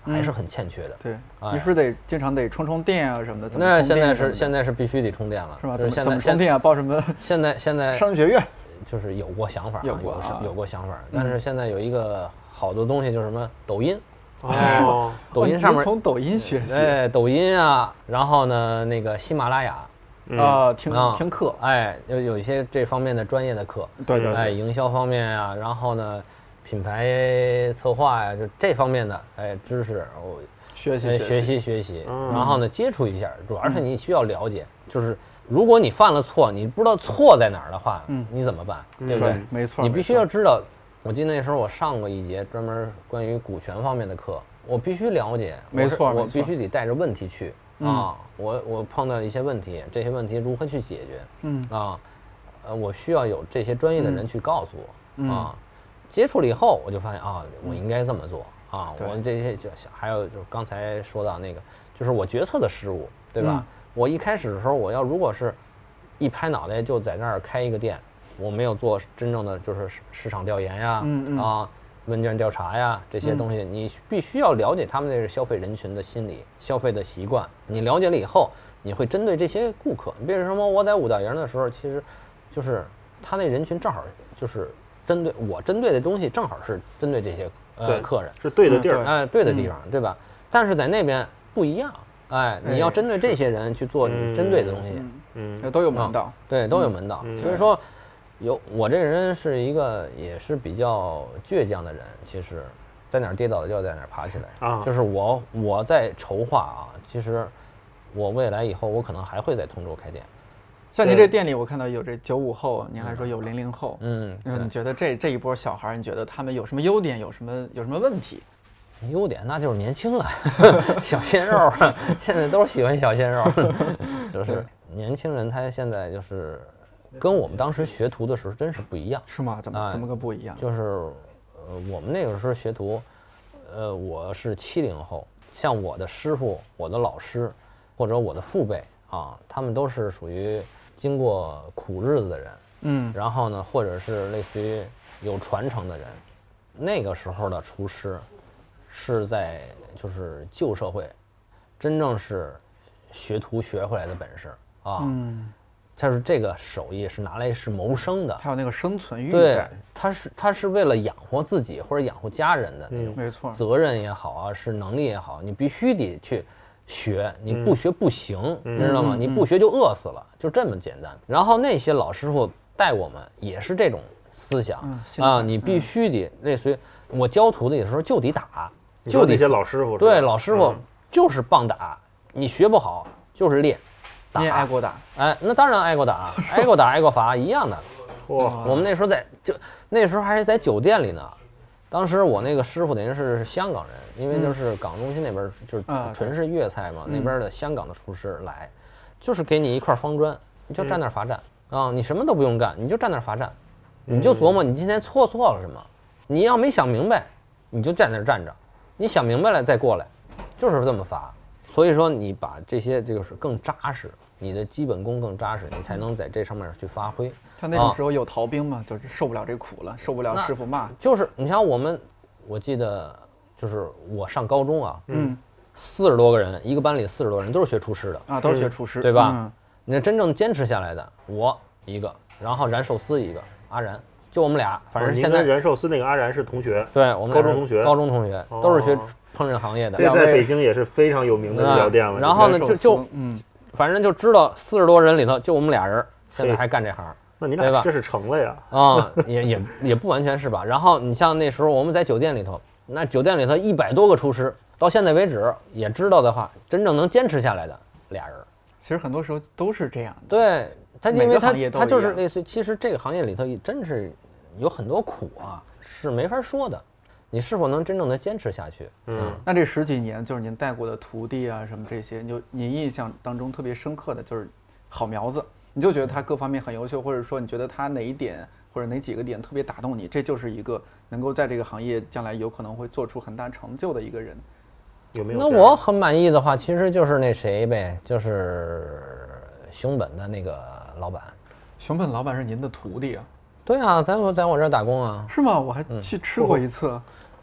还是很欠缺的。 对， 哎你是不是得经常得充充电啊什么的？怎么那充电现在是什么的现在是必须得充电了， 是吧？ 就是现在怎么怎么充电啊？报什么？ 现在现在商学院就是有过想法啊， 有过有啊有过想法，但是现在有一个好的东西就是什么抖音。 哦， 抖音上面哦你是从抖音学习哎，抖音啊，然后呢，那个喜马拉雅啊，听啊听课， 哎，有有一些这方面的专业的课， 对对哎，营销方面啊，然后呢，品牌策划呀，就这方面的哎知识，我学习哎学习学习， 嗯然后呢接触一下，主要是你需要了解，就是如果你犯了错，你不知道错在哪儿的话， 嗯你怎么办？对不对？ 对，没错， 你必须没错要知道。我记得那时候我上过一节专门关于股权方面的课，我必须了解， 没错我我没错必须得带着问题去嗯啊，我我碰到一些问题，这些问题如何去解决？ 嗯啊，呃，我需要有这些专业的人去告诉我、 嗯啊。接触了以后，我就发现啊，我应该这么做啊。 对我这些就还有就是刚才说到那个，就是我决策的失误，对吧？ 嗯我一开始的时候，我要如果是一拍脑袋就在那儿开一个店，我没有做真正的就是市市场调研呀， 嗯嗯啊，问卷调查呀这些东西，你必须要了解他们这个消费人群的心理、消费的习惯。你了解了以后，你会针对这些顾客。比如说我在五道营的时候，其实就是他那人群正好就是针对我针对的东西，正好是针对这些呃对客人， 是对的地儿嗯， 哎，对的地方，对吧？但是在那边不一样，哎，你要针对这些人去做你针对的东西。 嗯那都有门道。 对，都有门道。 嗯所以说，有我这个人是一个也是比较倔强的人。其实，在哪儿跌倒就要在哪儿爬起来。 啊就是我我在筹划啊，其实我未来以后我可能还会在通州开店。 像您对这店里，我看到有这九五后，您还说有零零后， 嗯， 那你觉得这这一波小孩，你觉得他们有什么优点，有什么有什么问题？ 优点那就是年轻了，小鲜肉，现在都是喜欢小鲜肉，就是年轻人他现在就是跟我们当时学徒的时候真是不一样。 是吗？怎么哎怎么个不一样？ 就是，呃，我们那个时候学徒，呃，我是七零后，像我的师傅、我的老师，或者我的父辈啊，他们都是属于经过苦日子的人， 嗯然后呢，或者是类似于有传承的人。那个时候的厨师，是在就是旧社会，真正是学徒学回来的本事啊。 嗯， 他是这个手艺是拿来是谋生的， 还有那个生存欲对在，， 他是他是为了养活自己或者养活家人的那种没错。 责任也好啊，是能力也好，你必须得去学，你不学不行，你知道吗？你不学就饿死了，就这么简单。然后那些老师傅带我们也是这种思想嗯心态啊，你必须得类似于我教徒弟的时候就得打， 你说就得那些老师傅是吧， 对老师傅嗯就是棒打，你学不好就是练。 你也挨过打， 哎，那当然挨过打，挨过打，挨过罚，一样的。 哇， 我们那时候在就那时候还是在酒店里呢，当时我那个师傅等于是香港人，因为就是港中心那边就是啊纯是粤菜嘛，那边的香港的厨师来，就是给你一块方砖，你就站那儿罚站啊，你什么都不用干，你就站那儿罚站，你就琢磨你今天错错了什么，你要没想明白，你就站那儿站着，你想明白了再过来，就是这么罚。所以说你把这些这个是更扎实，你的基本功更扎实，你才能在这上面去发挥。 他那种时候有逃兵嘛，就是受不了这苦了，受不了那师傅骂。 就是你像我们，我记得就是我上高中啊， 嗯四十多个人，一个班里四十多人都是学厨师的， 啊，都是学厨师， 对吧嗯你那真正坚持下来的，我一个，然后燃寿司一个，阿然，就我们俩，反正哦您现在跟燃寿司那个阿然是同学， 对我们俩是高中同学高中同学都是学哦烹饪行业的， 这在北京也是非常有名的日料店了。 然后呢寿司就就嗯， 反正就知道四十多人里头就我们俩人，现在还干这行。 那你对吧俩这是成了呀？ 啊，也也也不完全是吧。然后你像那时候我们在酒店里头，那酒店里头一百多个厨师，到现在为止也知道的话，真正能坚持下来的俩人。 其实很多时候都是这样的。 对他，因为他每个行业都他就一样是类似于，其实这个行业里头真是有很多苦啊，是没法说的。你是否能真正的坚持下去？ 嗯， 那这十几年，就是您带过的徒弟啊，什么这些，你就您印象当中特别深刻的就是好苗子，你就觉得他各方面很优秀，或者说你觉得他哪一点或者哪几个点特别打动你，这就是一个能够在这个行业将来有可能会做出很大成就的一个人。 有没有那这样？ 我很满意的话，其实就是那谁呗，就是熊本的那个老板。 熊本老板是您的徒弟啊？ 对啊，在我在我这儿打工啊。 是吗？我还去吃过一次。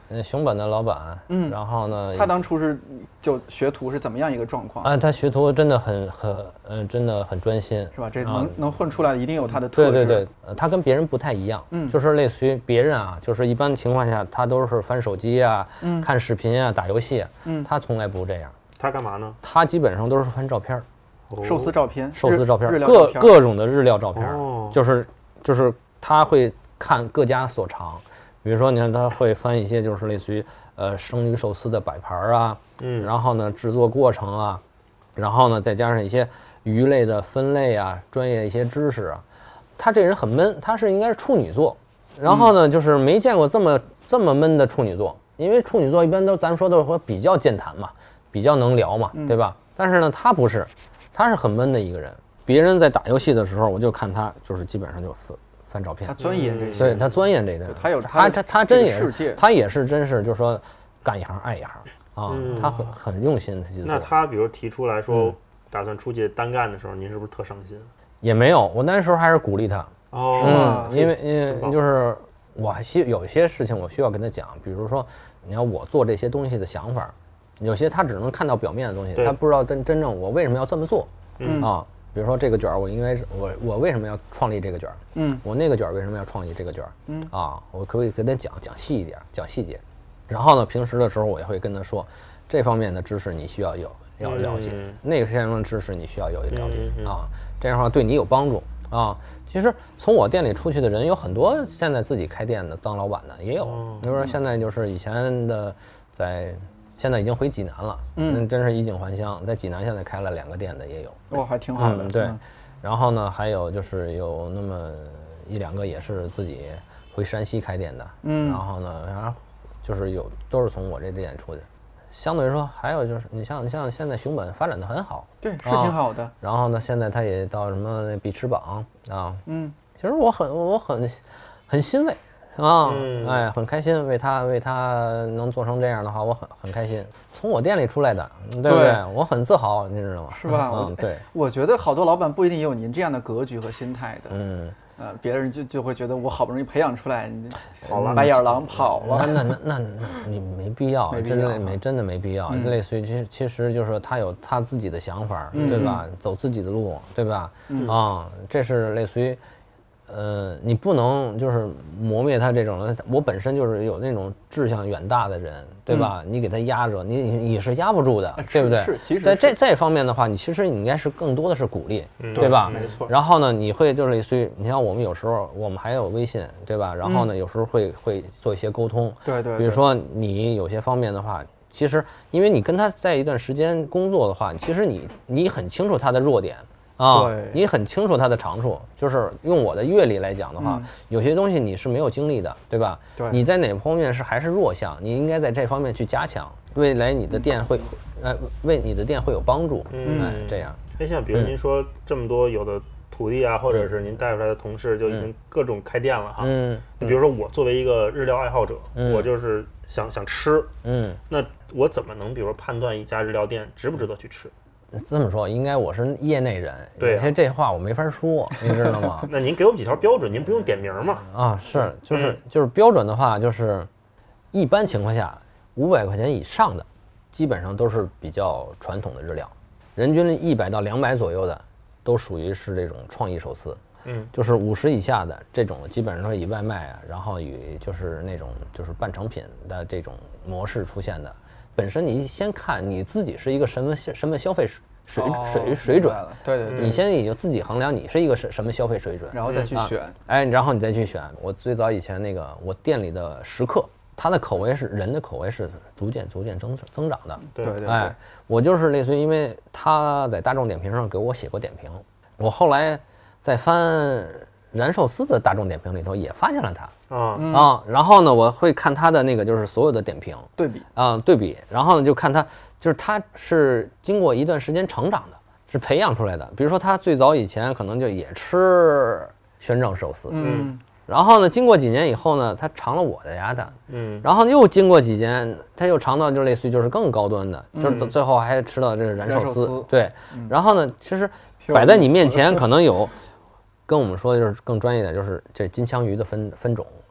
呃熊本的老板， 嗯， 然后呢， 他当初是就学徒是怎么样一个状况啊？他学徒真的很很呃，真的很专心， 是吧？这能、 啊、 能混出来，一定有他的特质。 对对对，呃，他跟别人不太一样，嗯，就是类似于别人啊，就是一般情况下他都是翻手机啊，嗯，看视频啊，打游戏啊，嗯，他从来不这样。 他干嘛呢？ 他基本上都是翻照片， 寿司照片， 寿司照片， 各各种的日料照片， 哦、 就是就是他会看各家所长。比如说，你看他会翻一些，就是类似于呃生鱼寿司的摆盘啊，嗯，然后呢制作过程啊，然后呢再加上一些鱼类的分类啊，专业一些知识啊。他这人很闷，他是应该是处女座，然后呢就是没见过这么这么闷的处女座，因为处女座一般都咱们说都会比较健谈嘛，比较能聊嘛，对吧？但是呢他不是，他是很闷的一个人。别人在打游戏的时候，我就看他就是基本上就分。翻照片， 他钻研这些， 对他钻研这个， 他有他他他真也是， 他也是真是，就是说干一行爱一行啊，嗯、他很很用心的去做。 那他比如提出来说、嗯、打算出去单干的时候，您是不是特伤心？ 也没有，我那时候还是鼓励他。 哦， 嗯，因为因为就是我还需有些事情我需要跟他讲，比如说你要我做这些东西的想法，有些他只能看到表面的东西，他不知道真真正我为什么要这么做，嗯啊。比如说这个卷儿，我应该是我我为什么要创立这个卷儿？嗯，我那个卷儿为什么要创立这个卷儿？嗯啊，我可不可以跟他讲讲细一点，讲细节？然后呢，平时的时候我也会跟他说，这方面的知识你需要有要了解，嗯、那个方面的知识你需要有了解、嗯、啊，这样的话对你有帮助啊。其实从我店里出去的人有很多，现在自己开店的当老板的也有，比如说现在就是以前的在。现在已经回济南了，嗯，真是衣锦还乡，在济南现在开了两个店的也有， 哦，还挺好的， 嗯、对。然后呢，还有就是有那么一两个也是自己回山西开店的，嗯，然后呢，然后就是有都是从我这店出去。相对来说，还有就是你像你像现在熊本发展的很好， 对，是挺好的。 啊、然后呢，现在他也到什么比翅膀啊，嗯，其实我很我很很欣慰。啊，嗯、哎，很开心，为他为他能做成这样的话，我很很开心。从我店里出来的，对不对？对我很自豪，你知道吗？ 是吧？ 嗯，对。 我觉得好多老板不一定有您这样的格局和心态的。嗯，呃，别人就就会觉得我好不容易培养出来，你白眼狼跑了。 那那那那那你没必要，真的没真的没必要。嗯、类似于其实其实就是他有他自己的想法，嗯、对吧？走自己的路，对吧？嗯、啊，这是类似于。呃，你不能就是磨灭他这种人。我本身就是有那种志向远大的人，对吧？嗯、你给他压着，你你是压不住的，对不对？ 是，其实在这这方面的话，你其实你应该是更多的是鼓励， 嗯、 对吧？ 没错。 然后呢，你会就是类似于，你像我们有时候我们还有微信，对吧？然后呢，有时候会会做一些沟通， 对对。 比如说你有些方面的话，其实因为你跟他在一段时间工作的话，其实你你很清楚他的弱点。啊，你很清楚他的长处，就是用我的阅历来讲的话，嗯、有些东西你是没有经历的，对吧？ 对， 你在哪方面是还是弱项，你应该在这方面去加强，未来你的店会，呃，为你的店会有帮助。嗯，哎，这样。 哎，像比如您说这么多有的徒弟啊，嗯、或者是您带出来的同事，就已经各种开店了哈。嗯。比如说我作为一个日料爱好者，嗯、我就是想想吃，嗯，那我怎么能比如说判断一家日料店值不值得去吃？ 这么说，应该我是业内人， 对、啊， 有些这话我没法说，你知道吗？ 那您给我们几条标准，您不用点名嘛？ 啊，是，就是、嗯、就是标准的话，就是一般情况下，五百块钱以上的，基本上都是比较传统的日料，人均一百到两百左右的，都属于是这种创意寿司。嗯，就是五十以下的这种，基本上都是以外卖啊，然后以就是那种就是半成品的这种模式出现的。本身你先看你自己是一个什么什么消费水水水准， 对对对， 你先也就自己衡量你是一个什什么消费水准， 然后再去选， 啊、哎，然后你再去选。我最早以前那个我店里的食客，他的口味是人的口味是逐渐逐渐增增长的， 对对对， 哎，我就是类似于因为他在大众点评上给我写过点评，我后来在翻燃寿司的大众点评里头也发现了他。啊、嗯、啊，然后呢，我会看他的那个就是所有的点评对比啊对比，然后呢就看他就是他是经过一段时间成长的，是培养出来的。比如说他最早以前可能就也吃宣政寿司，嗯，然后呢经过几年以后呢，他尝了我的家的，嗯，然后又经过几年，他又尝到就类似于就是更高端的，嗯、就是最后还吃到这个燃寿司， 司对，嗯、然后呢其实摆在你面前可能有。跟我们说的就是更专业的，就是这金枪鱼的分分种，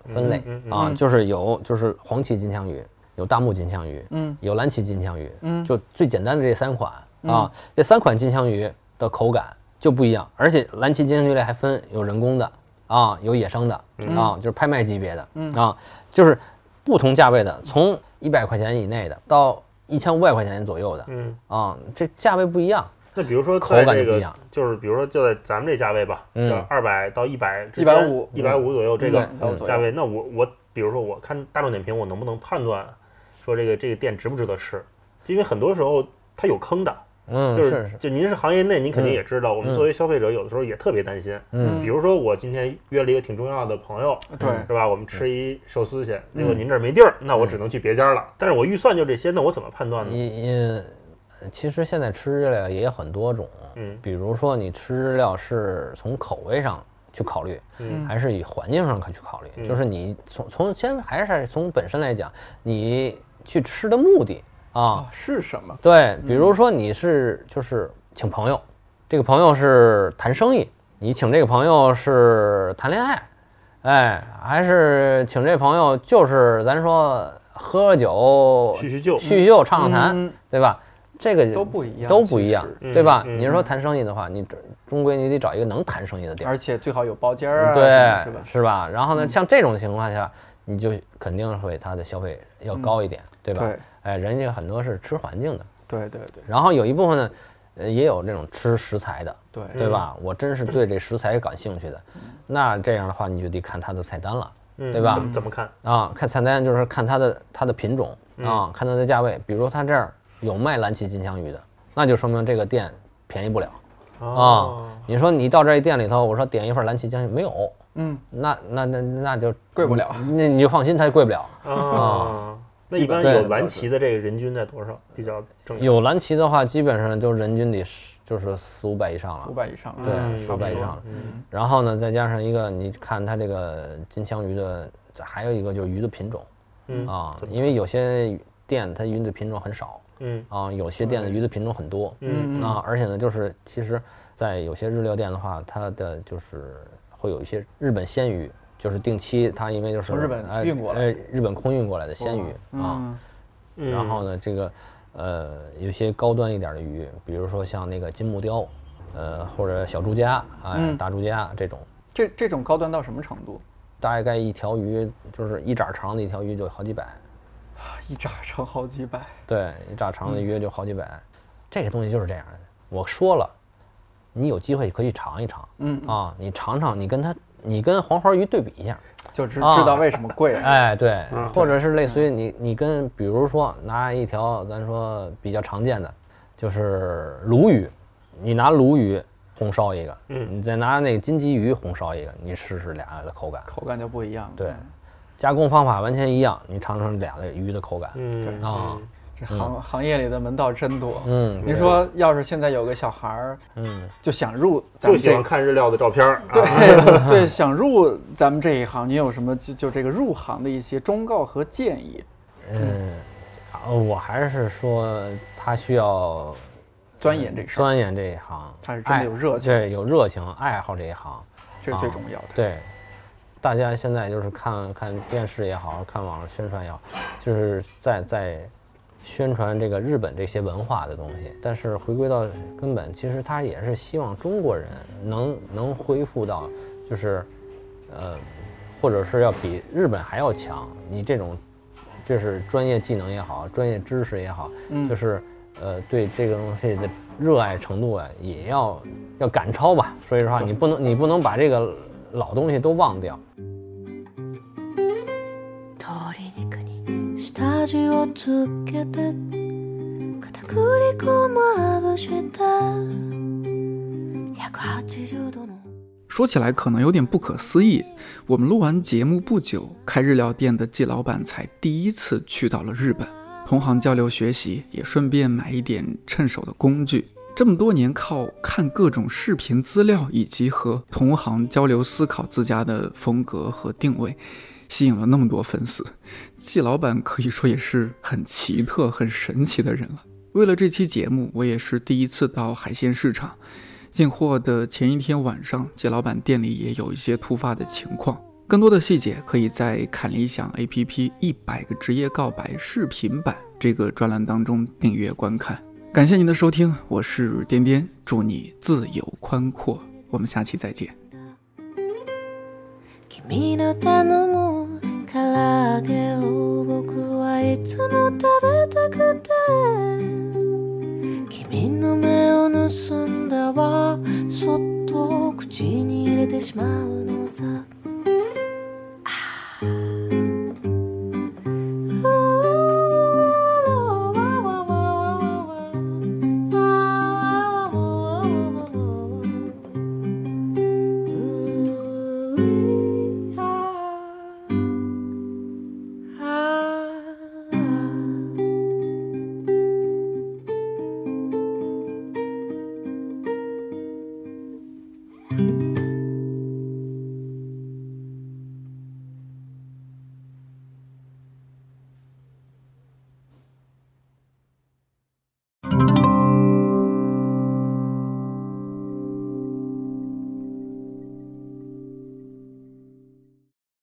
分类、 嗯嗯嗯、 啊，就是有就是黄鳍金枪鱼，有大目金枪鱼，嗯，有蓝鳍金枪鱼，嗯，就最简单的这三款、嗯、啊，这三款金枪鱼的口感就不一样，而且蓝鳍金枪鱼类还分有人工的啊，有野生的、嗯、啊，就是拍卖级别的、嗯、啊，就是不同价位的，从一百块钱以内的到一千五百块钱左右的，嗯啊，这价位不一样。 那比如说口感就不一样， 就是比如说就在咱们这价位吧， 嗯， 就二百到一百之间，一百五一百五左右这个价位。那我我比如说我看大众点评，我能不能判断说这个这个店值不值得吃？因为很多时候它有坑的。 嗯， 就是就您是行业内，您肯定也知道，我们作为消费者有的时候也特别担心。嗯，比如说我今天约了一个挺重要的朋友， 对， 是吧？我们吃一寿司去，结果您这儿没地儿，那我只能去别家了。但是我预算就这些，那我怎么判断呢？ 也其实现在吃日料也有很多种，嗯，比如说你吃日料是从口味上去考虑，嗯，还是以环境上去考虑，嗯、就是你从从先还是从本身来讲，你去吃的目的啊、哦、 是什么？ 对，比如说你是就是请朋友，这个朋友是谈生意，你请这个朋友是谈恋爱，哎，还是请这朋友就是咱说喝个酒叙叙旧叙叙旧唱唱谈、嗯，对吧？这个都不一样， 都不一样，对吧？ 嗯、 你是说谈生意的话，你终归你得找一个能谈生意的地儿， 而且最好有包间儿、啊， 对， 是吧？ 是吧？然后呢，嗯、像这种情况下，你就肯定会它的消费要高一点，嗯、对吧？ 对， 哎，人家很多是吃环境的， 对对对。 然后有一部分呢，呃，也有这种吃食材的， 对对吧？我真是对这食材感兴趣的，嗯、那这样的话你就得看它的菜单了， 嗯、 对吧？ 怎么怎么看啊？看菜单就是看它的它的品种啊，看它的价位，比如它这儿有卖蓝鳍金枪鱼的。那就说明这个店便宜不了啊、 哦！ 你说你到这店里头，我说点一份蓝鳍金枪鱼没有， 嗯， 那那那那就贵不了， 那你就放心，它贵不了啊。 哦、那一般有蓝鳍的这个人均在多少？比较正常？ 有蓝鳍的话，基本上就人均得就是四五百以上了， 五百以上， 对，四五百以上了。嗯、然后呢，再加上一个，你看它这个金枪鱼的，还有一个就是鱼的品种，嗯啊，因为有些店它鱼的品种很少。嗯啊，有些店的鱼的品种很多，嗯啊，而且呢，就是其实，在有些日料店的话，它的就是会有一些日本鲜鱼，就是定期它因为就是从日本运过来， 呃，日本空运过来的鲜鱼啊， 嗯、然后呢，这个呃，有些高端一点的鱼，比如说像那个金目鲷，呃，或者小猪夹，哎，嗯、大猪夹这种， 这这种高端到什么程度？ 大概一条鱼就是一掌长的一条鱼就好几百。 一炸成好几百， 对，一炸长的约就好几百，嗯、这个东西就是这样的。我说了，你有机会可以尝一尝，嗯啊，你尝尝，你跟它，你跟黄花鱼对比一下， 就知知道为什么贵、啊。 哎，对，嗯、或者是类似于你，你跟比如说拿一条咱说比较常见的，就是鲈鱼，你拿鲈鱼红烧一个，嗯，你再拿那个金鸡鱼红烧一个，你试试俩的口感， 口感就不一样。 对。加工方法完全一样，你尝尝俩的鱼的口感， 嗯，对啊， 这行、嗯、行业里的门道真多， 嗯， 您说要是现在有个小孩儿，嗯，就想入咱们、这个，就喜欢看日料的照片， 对、啊、对，想入咱们这一行，您有什么就就这个入行的一些忠告和建议？ 嗯，我还是说他需要钻研这事， 钻研这一行， 他是真的有热情， 对，有热情，爱好这一行， 这是最重要的， 啊、对。大家现在就是看看电视也好，看网上宣传也好，就是在在宣传这个日本这些文化的东西。但是回归到根本，其实他也是希望中国人能能恢复到，就是呃，或者是要比日本还要强。你这种就是专业技能也好，专业知识也好，嗯、就是呃对这个东西的热爱程度啊，也要要赶超吧。说实话，你不能你不能把这个老东西都忘掉。 说起来可能有点不可思议，我们录完节目不久，开日料店的季老板才第一次去到了日本，同行交流学习，也顺便买一点趁手的工具。这么多年靠看各种视频资料以及和同行交流思考自家的风格和定位，吸引了那么多粉丝。季老板可以说也是很奇特很神奇的人了。为了这期节目，我也是第一次到海鲜市场进货的前一天晚上，季老板店里也有一些突发的情况， 更多的细节可以在侃理想 A P P 一百个职业告白视频版这个专栏当中订阅观看。感谢您的收听，我是颠颠，祝你自由宽阔，我们下期再见。 君の頼む唐揚げを僕はいつも食べたくて、君の目を盗んだわ、そっと口に入れてしまうのさ。thank you